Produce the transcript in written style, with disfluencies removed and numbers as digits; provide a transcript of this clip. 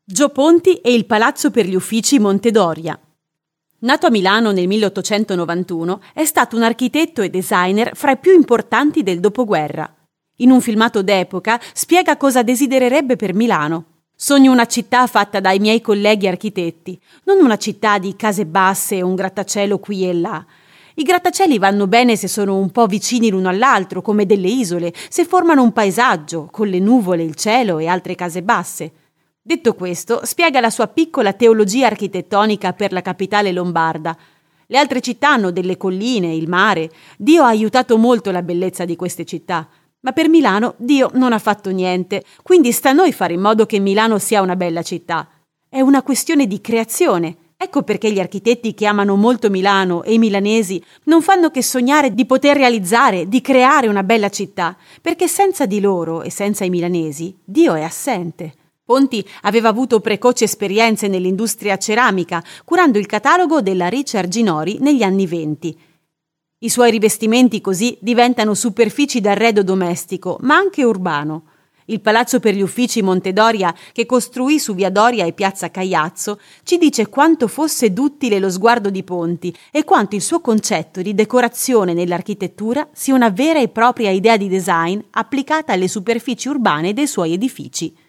Gio Ponti e il Palazzo per gli Uffici Montedoria. Nato a Milano nel 1891, è stato un architetto e designer fra i più importanti del dopoguerra. In un filmato d'epoca spiega cosa desidererebbe per Milano. Sogno una città fatta dai miei colleghi architetti, non una città di case basse e un grattacielo qui e là. I grattacieli vanno bene se sono un po' vicini l'uno all'altro, come delle isole, se formano un paesaggio, con le nuvole, il cielo e altre case basse. Detto questo, spiega la sua piccola teologia architettonica per la capitale lombarda. Le altre città hanno delle colline, il mare. Dio ha aiutato molto la bellezza di queste città. Ma per Milano Dio non ha fatto niente, quindi sta a noi fare in modo che Milano sia una bella città. È una questione di creazione. Ecco perché gli architetti che amano molto Milano e i milanesi non fanno che sognare di poter realizzare, di creare una bella città, perché senza di loro e senza i milanesi Dio è assente. Ponti aveva avuto precoci esperienze nell'industria ceramica, curando il catalogo della Richard Ginori negli anni '20. I suoi rivestimenti così diventano superfici d'arredo domestico, ma anche urbano. Il Palazzo per gli Uffici Montedoria, che costruì su Via Doria e Piazza Caiazzo, ci dice quanto fosse duttile lo sguardo di Ponti e quanto il suo concetto di decorazione nell'architettura sia una vera e propria idea di design applicata alle superfici urbane dei suoi edifici.